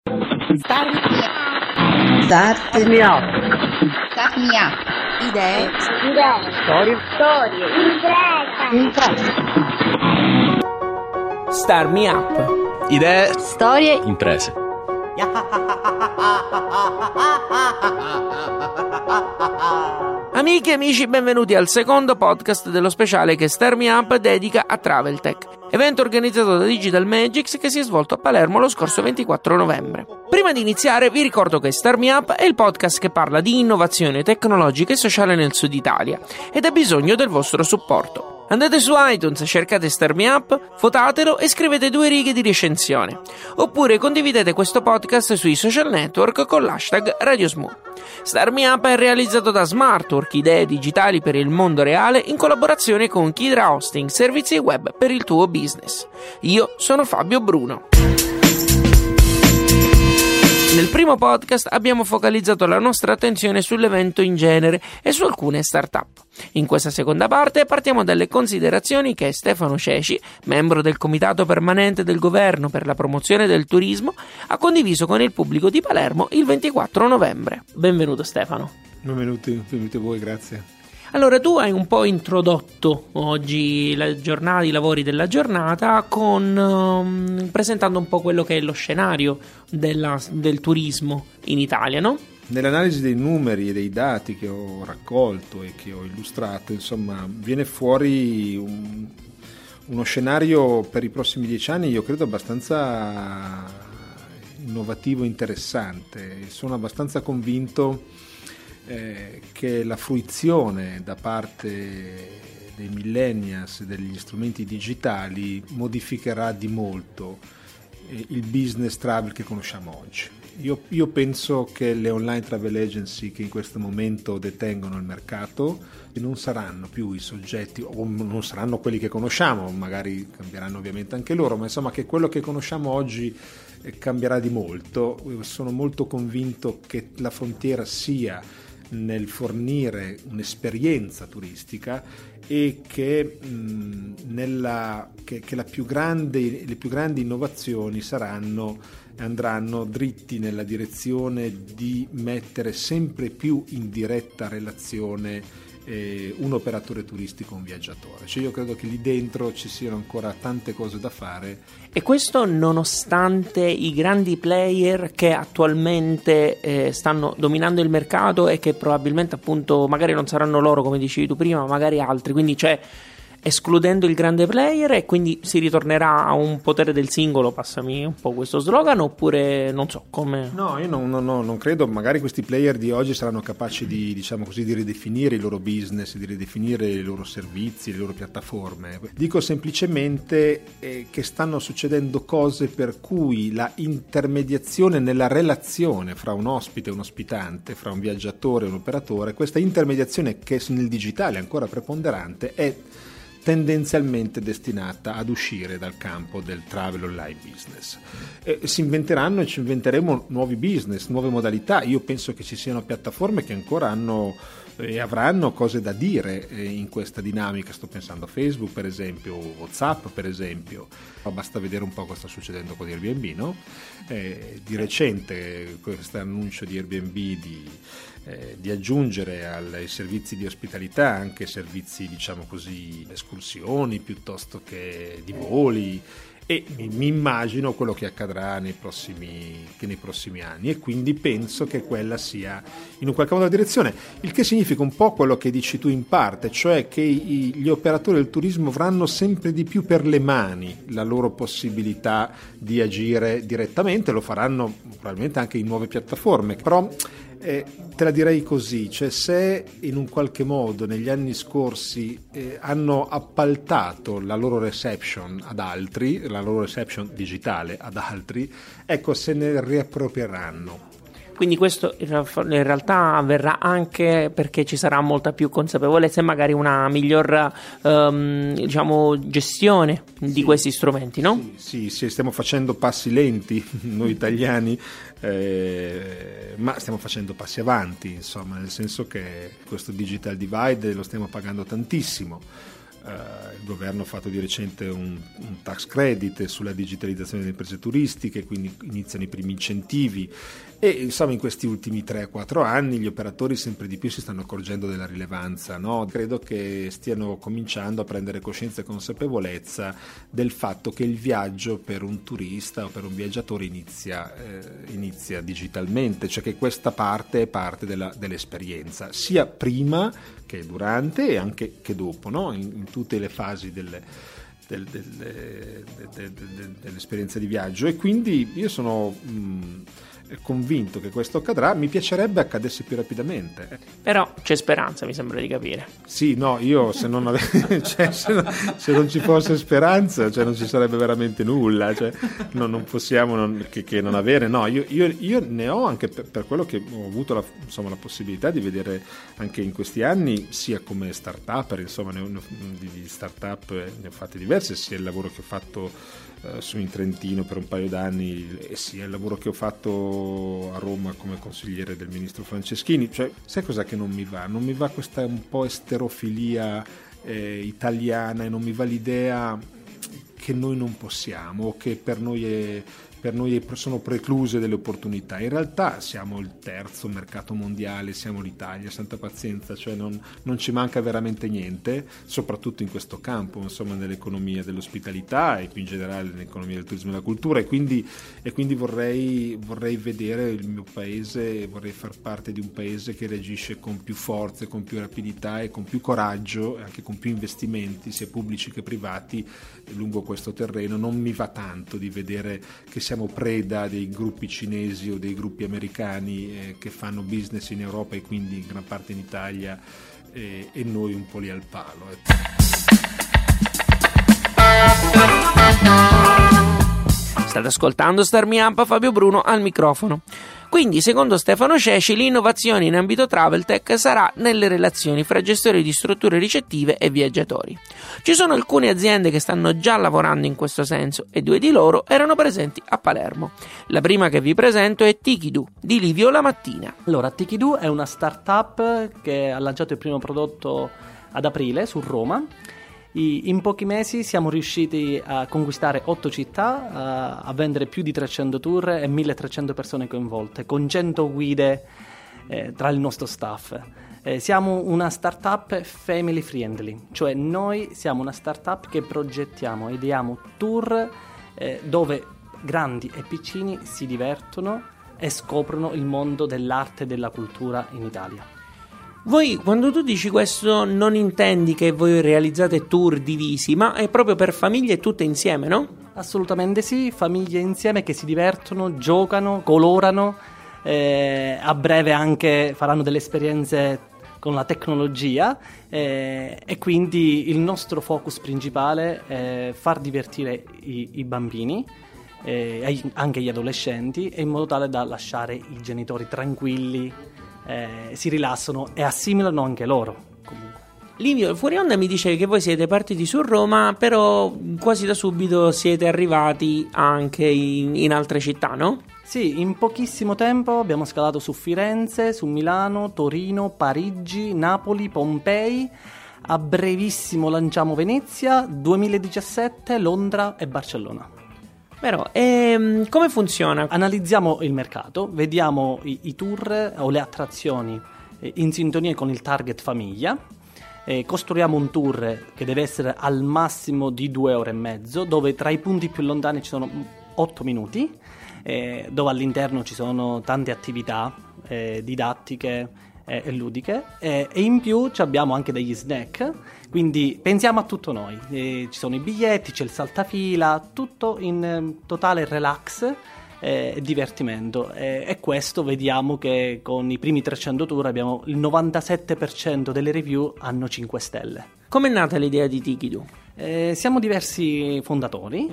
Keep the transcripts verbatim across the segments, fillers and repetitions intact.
Start Start me up. Start me up. Idee. Idee. Storie. Storie. Impresa. Impresa. Start me up. Idee. Storie. Imprese. Amiche e amici, benvenuti al secondo podcast dello speciale che Start Me Up dedica a Traveltech, evento organizzato da Digital Magics che si è svolto a Palermo lo scorso ventiquattro novembre. Prima di iniziare vi ricordo che Start Me Up è il podcast che parla di innovazione tecnologica e sociale nel sud Italia ed ha bisogno del vostro supporto. Andate su iTunes, cercate Start Me Up, votatelo e scrivete due righe di recensione. Oppure condividete questo podcast sui social network con l'hashtag RadioSmoo. Start Me Up è realizzato da Smartwork, idee digitali per il mondo reale, in collaborazione con Kidra Hosting, servizi web per il tuo business. Io sono Fabio Bruno. Nel primo podcast abbiamo focalizzato la nostra attenzione sull'evento in genere e su alcune start-up. In questa seconda parte partiamo dalle considerazioni che Stefano Ceci, membro del Comitato Permanente del Governo per la promozione del turismo, ha condiviso con il pubblico di Palermo il ventiquattro novembre. Benvenuto Stefano. Benvenuti, benvenuti a voi, grazie. Allora, tu hai un po' introdotto oggi la giornata, i lavori della giornata con um, presentando un po' quello che è lo scenario della, del turismo in Italia, no? Nell'analisi dei numeri e dei dati che ho raccolto e che ho illustrato, insomma, viene fuori un, uno scenario per i prossimi dieci anni, io credo abbastanza innovativo e interessante. Sono abbastanza convinto Eh, che la fruizione da parte dei millennials degli strumenti digitali modificherà di molto eh, il business travel che conosciamo oggi. Io, io penso che le online travel agency che in questo momento detengono il mercato non saranno più i soggetti, o non saranno quelli che conosciamo, magari cambieranno ovviamente anche loro, ma insomma che quello che conosciamo oggi eh, cambierà di molto. Sono molto convinto che la frontiera sia nel fornire un'esperienza turistica e che, mh, nella, che, che la più grande, le più grandi innovazioni saranno, andranno dritti nella direzione di mettere sempre più in diretta relazione eh, un operatore turistico, un viaggiatore. Cioè io credo che lì dentro ci siano ancora tante cose da fare. E questo nonostante i grandi player che attualmente eh, stanno dominando il mercato e che probabilmente appunto magari non saranno loro come dicevi tu prima, ma magari altri, quindi c'è escludendo il grande player e quindi si ritornerà a un potere del singolo, passami un po' questo slogan, oppure non so come. No, io non, non, non credo, magari questi player di oggi saranno capaci di, diciamo così, di ridefinire il loro business, di ridefinire i loro servizi, le loro piattaforme. Dico semplicemente eh, che stanno succedendo cose per cui la intermediazione nella relazione fra un ospite e un ospitante, fra un viaggiatore e un operatore, questa intermediazione che nel digitale è ancora preponderante è tendenzialmente destinata ad uscire dal campo del travel online business. Eh, si inventeranno e ci inventeremo nuovi business, nuove modalità. Io penso che ci siano piattaforme che ancora hanno e eh, avranno cose da dire eh, in questa dinamica. Sto pensando a Facebook per esempio, WhatsApp per esempio. Basta vedere un po' cosa sta succedendo con Airbnb, no? Eh, di recente questo annuncio di Airbnb di Eh, di aggiungere ai servizi di ospitalità anche servizi, diciamo così, escursioni piuttosto che di voli, e mi, mi immagino quello che accadrà nei prossimi, che nei prossimi anni, e quindi penso che quella sia in un qualche modo la direzione, il che significa un po' quello che dici tu in parte, cioè che i, gli operatori del turismo avranno sempre di più per le mani la loro possibilità di agire direttamente, lo faranno probabilmente anche in nuove piattaforme, però Eh, te la direi così, cioè se in un qualche modo negli anni scorsi eh, hanno appaltato la loro reception ad altri, la loro reception digitale ad altri, ecco, se ne riapproprieranno. Quindi questo in realtà avverrà anche perché ci sarà molta più consapevolezza e magari una miglior um, diciamo gestione di sì. questi strumenti, no? Sì, sì, sì, stiamo facendo passi lenti noi italiani, eh, ma stiamo facendo passi avanti, insomma, nel senso che questo digital divide lo stiamo pagando tantissimo. Uh, il governo ha fatto di recente un, un tax credit sulla digitalizzazione delle imprese turistiche, quindi iniziano i primi incentivi e insomma in questi ultimi tre quattro anni gli operatori sempre di più si stanno accorgendo della rilevanza, no? Credo che stiano cominciando a prendere coscienza e consapevolezza del fatto che il viaggio per un turista o per un viaggiatore inizia, eh, inizia digitalmente, cioè che questa parte è parte della, dell'esperienza, sia prima che durante e anche che dopo, no? in, in tutte le fasi delle, del, del, del, del, del, dell'esperienza di viaggio, e quindi io sono mh, convinto che questo accadrà. Mi piacerebbe accadesse più rapidamente, però c'è speranza, mi sembra di capire. Sì, no, io se non, ave- cioè, se, non se non ci fosse speranza, cioè non ci sarebbe veramente nulla, cioè no, non possiamo non, che, che non avere, no, io, io, io ne ho anche per, per quello che ho avuto la, insomma, la possibilità di vedere anche in questi anni, sia come start-upper, insomma ne ho, di, di start-up ne ho fatte diverse, sia il lavoro che ho fatto eh, su in Trentino per un paio d'anni e sia il lavoro che ho fatto a Roma come consigliere del ministro Franceschini. Cioè, sai cosa che non mi va? Non mi va questa un po' esterofilia eh, italiana, e non mi va l'idea che noi non possiamo, o che per noi è per noi sono precluse delle opportunità. In realtà siamo il terzo mercato mondiale, siamo l'Italia, santa pazienza, cioè non, non ci manca veramente niente, soprattutto in questo campo, insomma, nell'economia dell'ospitalità e più in generale nell'economia del turismo e della cultura, e quindi, e quindi vorrei, vorrei vedere il mio paese, vorrei far parte di un paese che reagisce con più forza, con più rapidità e con più coraggio, e anche con più investimenti, sia pubblici che privati, lungo questo terreno. Non mi va tanto di vedere che siamo preda dei gruppi cinesi o dei gruppi americani eh, che fanno business in Europa e quindi in gran parte in Italia, eh, e noi un po' lì al palo. Eh. State ascoltando Start Me Up, Fabio Bruno al microfono. Quindi, secondo Stefano Ceci, l'innovazione in ambito travel tech sarà nelle relazioni fra gestori di strutture ricettive e viaggiatori. Ci sono alcune aziende che stanno già lavorando in questo senso e due di loro erano presenti a Palermo. La prima che vi presento è Tikidoo, di Livio Lamattina. Allora, Tikidoo è una startup che ha lanciato il primo prodotto ad aprile su Roma. In pochi mesi siamo riusciti a conquistare otto città, a, a vendere più di trecento tour e milletrecento persone coinvolte, con cento guide eh, tra il nostro staff. Eh, siamo una startup family friendly, cioè noi siamo una startup che progettiamo e diamo tour eh, dove grandi e piccini si divertono e scoprono il mondo dell'arte e della cultura in Italia. Voi, quando tu dici questo, non intendi che voi realizzate tour divisi, ma è proprio per famiglie tutte insieme, no? Assolutamente sì, famiglie insieme che si divertono, giocano, colorano, eh, a breve anche faranno delle esperienze con la tecnologia, eh, e quindi il nostro focus principale è far divertire i, i bambini, eh, anche gli adolescenti, in modo tale da lasciare i genitori tranquilli, Eh, si rilassano e assimilano anche loro. Comunque. Livio, fuori onda mi dice che voi siete partiti su Roma, però quasi da subito siete arrivati anche in, in altre città, no? Sì, in pochissimo tempo abbiamo scalato su Firenze, su Milano, Torino, Parigi, Napoli, Pompei. A brevissimo lanciamo Venezia, duemiladiciassette, Londra e Barcellona. Però, ehm, come funziona? Analizziamo il mercato, vediamo i, i tour o le attrazioni eh, in sintonia con il target famiglia, eh, costruiamo un tour che deve essere al massimo di due ore e mezzo, dove tra i punti più lontani ci sono otto minuti, eh, dove all'interno ci sono tante attività eh, didattiche e ludiche, e in più abbiamo anche degli snack, quindi pensiamo a tutto noi, e ci sono i biglietti, c'è il saltafila, tutto in eh, totale relax e eh, divertimento, e, e questo vediamo che con i primi trecento tour abbiamo il novantasette per cento delle review hanno cinque stelle. Com'è nata l'idea di Tikidoo? Eh, siamo diversi fondatori,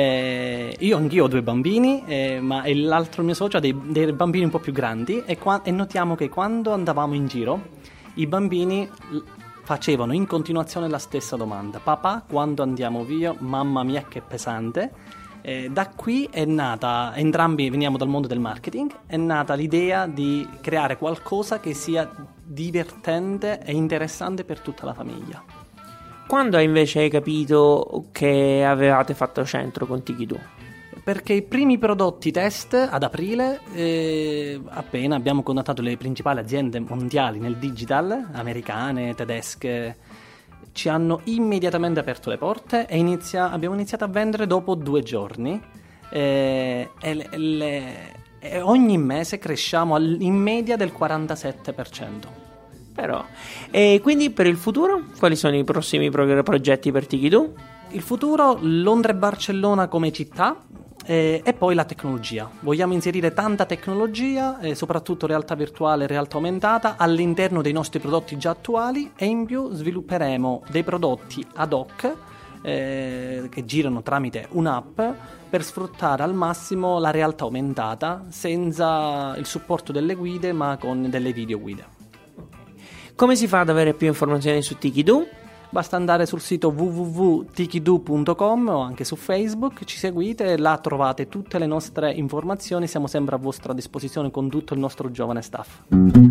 eh, io anch'io ho due bambini, eh, ma l'altro mio socio ha dei, dei bambini un po' più grandi, e, qua, e notiamo che quando andavamo in giro i bambini facevano in continuazione la stessa domanda: papà, quando andiamo via? Mamma mia che pesante. Eh, da qui è nata, entrambi veniamo dal mondo del marketing, è nata l'idea di creare qualcosa che sia divertente e interessante per tutta la famiglia. quando invece hai capito che avevate fatto centro con Tiki-Do? Perché i primi prodotti test ad aprile, eh, appena abbiamo contattato le principali aziende mondiali nel digital, americane, tedesche, ci hanno immediatamente aperto le porte e inizia, abbiamo iniziato a vendere dopo due giorni eh, e, le, le, e ogni mese cresciamo in media del quarantasette per cento. Però, e quindi per il futuro quali sono i prossimi pro- progetti per Tiki-Do? Il futuro, Londra e Barcellona come città. Eh, e poi la tecnologia. Vogliamo inserire tanta tecnologia, eh, soprattutto realtà virtuale e realtà aumentata, all'interno dei nostri prodotti già attuali, e in più svilupperemo dei prodotti ad hoc eh, che girano tramite un'app per sfruttare al massimo la realtà aumentata senza il supporto delle guide, ma con delle video guide. Come si fa ad avere più informazioni su Tiki-Do? Basta andare sul sito w w w punto tikidoo punto com o anche su Facebook, ci seguite, là trovate tutte le nostre informazioni, siamo sempre a vostra disposizione con tutto il nostro giovane staff.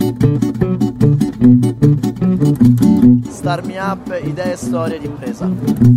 Start Me Up, idee e storie di impresa.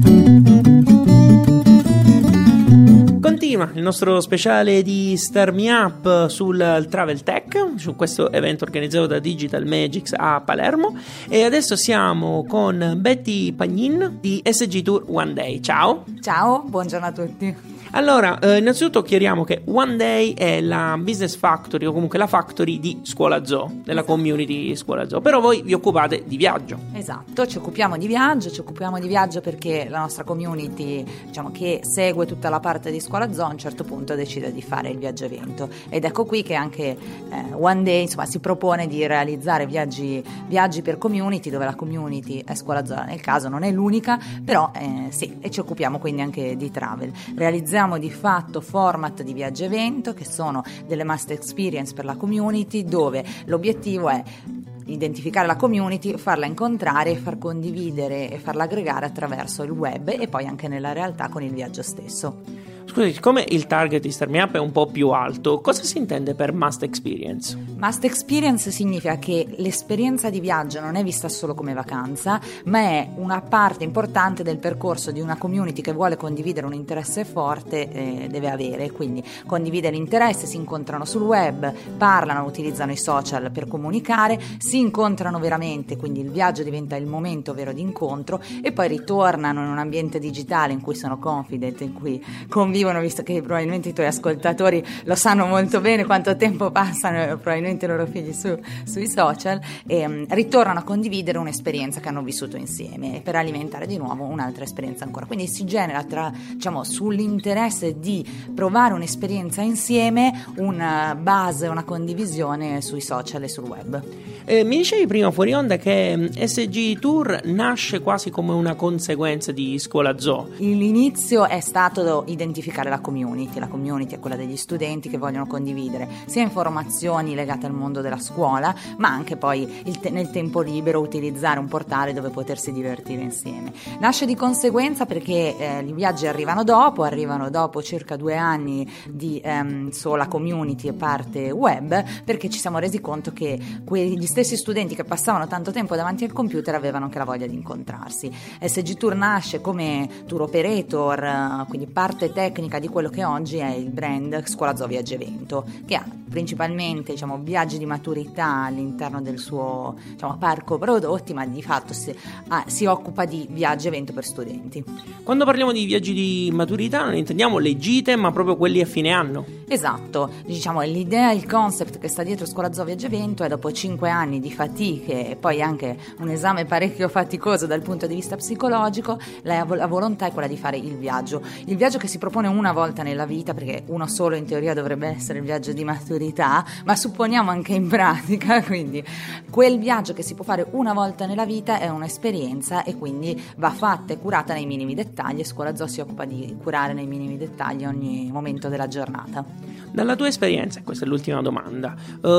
Continua il nostro speciale di Start Me Up sul Travel Tech, su questo evento organizzato da Digital Magics a Palermo, e adesso siamo con Betty Pagnin di S G Tour One Day. Ciao! Ciao, buongiorno a tutti. Allora, eh, innanzitutto chiariamo che One Day è la business factory o comunque la factory di Scuola Zoo, della community Scuola Zoo, però voi vi occupate di viaggio. Esatto, ci occupiamo di viaggio, ci occupiamo di viaggio perché la nostra community, diciamo, che segue tutta la parte di Scuola Zoo, a un certo punto decide di fare il viaggio evento, ed ecco qui che anche eh, One Day, insomma, si propone di realizzare viaggi, viaggi per community, dove la community è Scuola Zoo, nel caso non è l'unica, però eh, sì, e ci occupiamo quindi anche di travel. Realizziamo di fatto format di viaggio evento che sono delle master experience per la community, dove l'obiettivo è identificare la community, farla incontrare, far condividere e farla aggregare attraverso il web e poi anche nella realtà con il viaggio stesso. Scusi, siccome il target di Start Me Up è un po' più alto, cosa si intende per Must Experience? Must Experience significa che l'esperienza di viaggio non è vista solo come vacanza, ma è una parte importante del percorso di una community che vuole condividere un interesse forte, eh, deve avere. Quindi condivide l'interesse, si incontrano sul web, parlano, utilizzano i social per comunicare, si incontrano veramente, quindi il viaggio diventa il momento vero di incontro, e poi ritornano in un ambiente digitale in cui sono confident, in cui convivono, visto che probabilmente i tuoi ascoltatori lo sanno molto bene quanto tempo passano probabilmente i loro figli su, sui social, e um, ritornano a condividere un'esperienza che hanno vissuto insieme per alimentare di nuovo un'altra esperienza ancora. Quindi si genera, tra, diciamo, sull'interesse di provare un'esperienza insieme, una base, una condivisione sui social e sul web. Eh, mi dicevi prima fuori onda che S G Tour nasce quasi come una conseguenza di Scuola Zoo. L'inizio è stato identificare la community. La community è quella degli studenti che vogliono condividere sia informazioni legate al mondo della scuola, ma anche poi il te- nel tempo libero utilizzare un portale dove potersi divertire insieme. Nasce di conseguenza perché eh, i viaggi arrivano dopo, arrivano dopo circa due anni di ehm, sola community e parte web, perché ci siamo resi conto che quegli stessi studenti che passavano tanto tempo davanti al computer avevano anche la voglia di incontrarsi. S G Tour nasce come tour operator, quindi parte tecnica di quello che oggi è il brand Scuola Zoo Viaggio Evento, che ha principalmente, diciamo, viaggi di maturità all'interno del suo, diciamo, parco prodotti, ma di fatto si, ah, si occupa di viaggio evento per studenti. Quando parliamo di viaggi di maturità non intendiamo le gite, ma proprio quelli a fine anno. Esatto, diciamo, l'idea, il concept che sta dietro Scuola Zoo Viaggio Evento è, dopo cinque anni di fatiche e poi anche un esame parecchio faticoso dal punto di vista psicologico, la, la volontà è quella di fare il viaggio, il viaggio che si propone una volta nella vita, perché uno solo in teoria dovrebbe essere il viaggio di maturità, ma supponiamo anche in pratica, quindi quel viaggio che si può fare una volta nella vita è un'esperienza e quindi va fatta e curata nei minimi dettagli, e Scuola Zoo si occupa di curare nei minimi dettagli ogni momento della giornata. Dalla tua esperienza, questa è l'ultima domanda,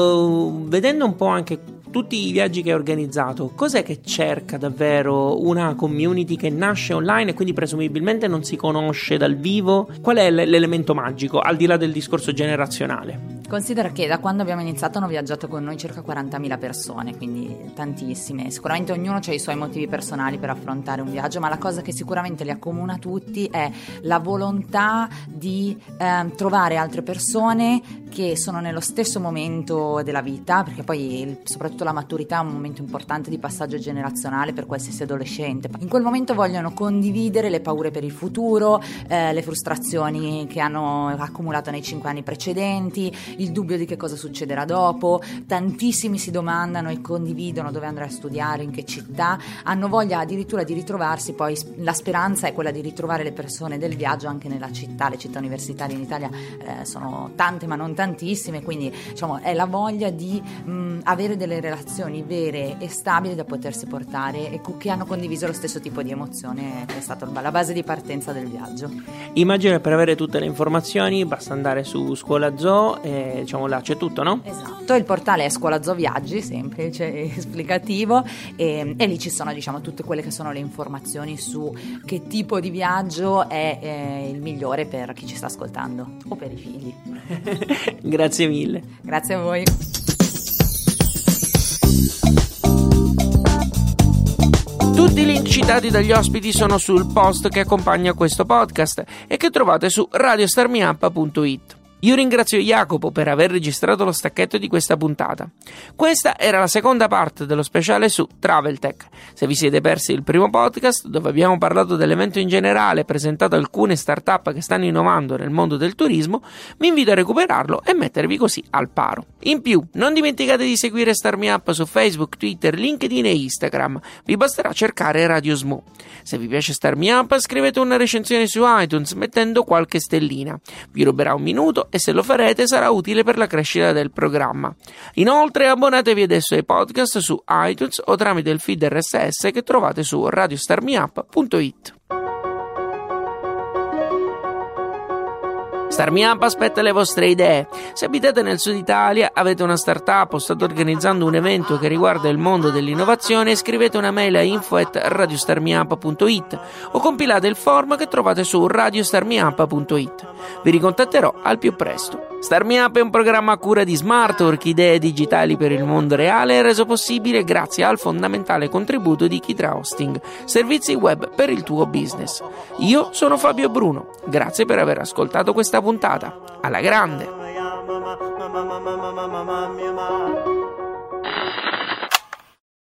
uh, vedendo un po' anche tutti i viaggi che hai organizzato, cos'è che cerca davvero una community che nasce online e quindi presumibilmente non si conosce dal vivo? Qual è l- l'elemento magico, al di là del discorso generazionale? Considera che da quando abbiamo iniziato hanno viaggiato con noi circa quarantamila persone, quindi tantissime. Sicuramente ognuno ha i suoi motivi personali per affrontare un viaggio, ma la cosa che sicuramente li accomuna tutti è la volontà di eh, trovare altre persone che sono nello stesso momento della vita, perché poi il, soprattutto la maturità è un momento importante di passaggio generazionale per qualsiasi adolescente. In quel momento vogliono condividere le paure per il futuro, eh, le frustrazioni che hanno accumulato nei cinque anni precedenti, il dubbio di che cosa succederà dopo. Tantissimi si domandano e condividono dove andare a studiare, in che città, hanno voglia addirittura di ritrovarsi. Poi la speranza è quella di ritrovare le persone del viaggio anche nella città. Le città universitarie in Italia eh, sono tante ma non tantissime, quindi diciamo è la voglia di mh, avere delle relazioni vere e stabili da potersi portare e che hanno condiviso lo stesso tipo di emozione, che è stata la base di partenza del viaggio. Immagino che per avere tutte le informazioni basta andare su Scuola Zoo e diciamo là c'è tutto, no? Esatto, il portale è Scuola Zoo Viaggi, semplice e esplicativo, e, e lì ci sono diciamo tutte quelle che sono le informazioni su che tipo di viaggio è eh, il migliore per chi ci sta ascoltando o per i figli. Grazie mille. Grazie a voi. Tutti i link citati dagli ospiti sono sul post che accompagna questo podcast e che trovate su radio star me up punto it. Io ringrazio Jacopo per aver registrato lo stacchetto di questa puntata. Questa era la seconda parte dello speciale su Traveltech. Se vi siete persi il primo podcast, dove abbiamo parlato dell'evento in generale e presentato alcune start-up che stanno innovando nel mondo del turismo, vi invito a recuperarlo e mettervi così al paro. In più, non dimenticate di seguire Star Me Up su Facebook, Twitter, LinkedIn e Instagram. Vi basterà cercare Radio Smo. Se vi piace Star Me Up, scrivete una recensione su iTunes mettendo qualche stellina. Vi ruberà un minuto e se lo farete sarà utile per la crescita del programma. Inoltre abbonatevi adesso ai podcast su iTunes o tramite il feed R S S che trovate su radio star me up punto it. Star Me Up aspetta le vostre idee. Se abitate nel sud Italia, avete una startup o state organizzando un evento che riguarda il mondo dell'innovazione, scrivete una mail a info at radio star me up punto it o compilate il form che trovate su radio star me up punto it. Vi ricontatterò al più presto. Star Me Up è un programma a cura di Smartwork, idee digitali per il mondo reale, reso possibile grazie al fondamentale contributo di Kitra Hosting, servizi web per il tuo business. Io sono Fabio Bruno, grazie per aver ascoltato questa puntata. Alla grande!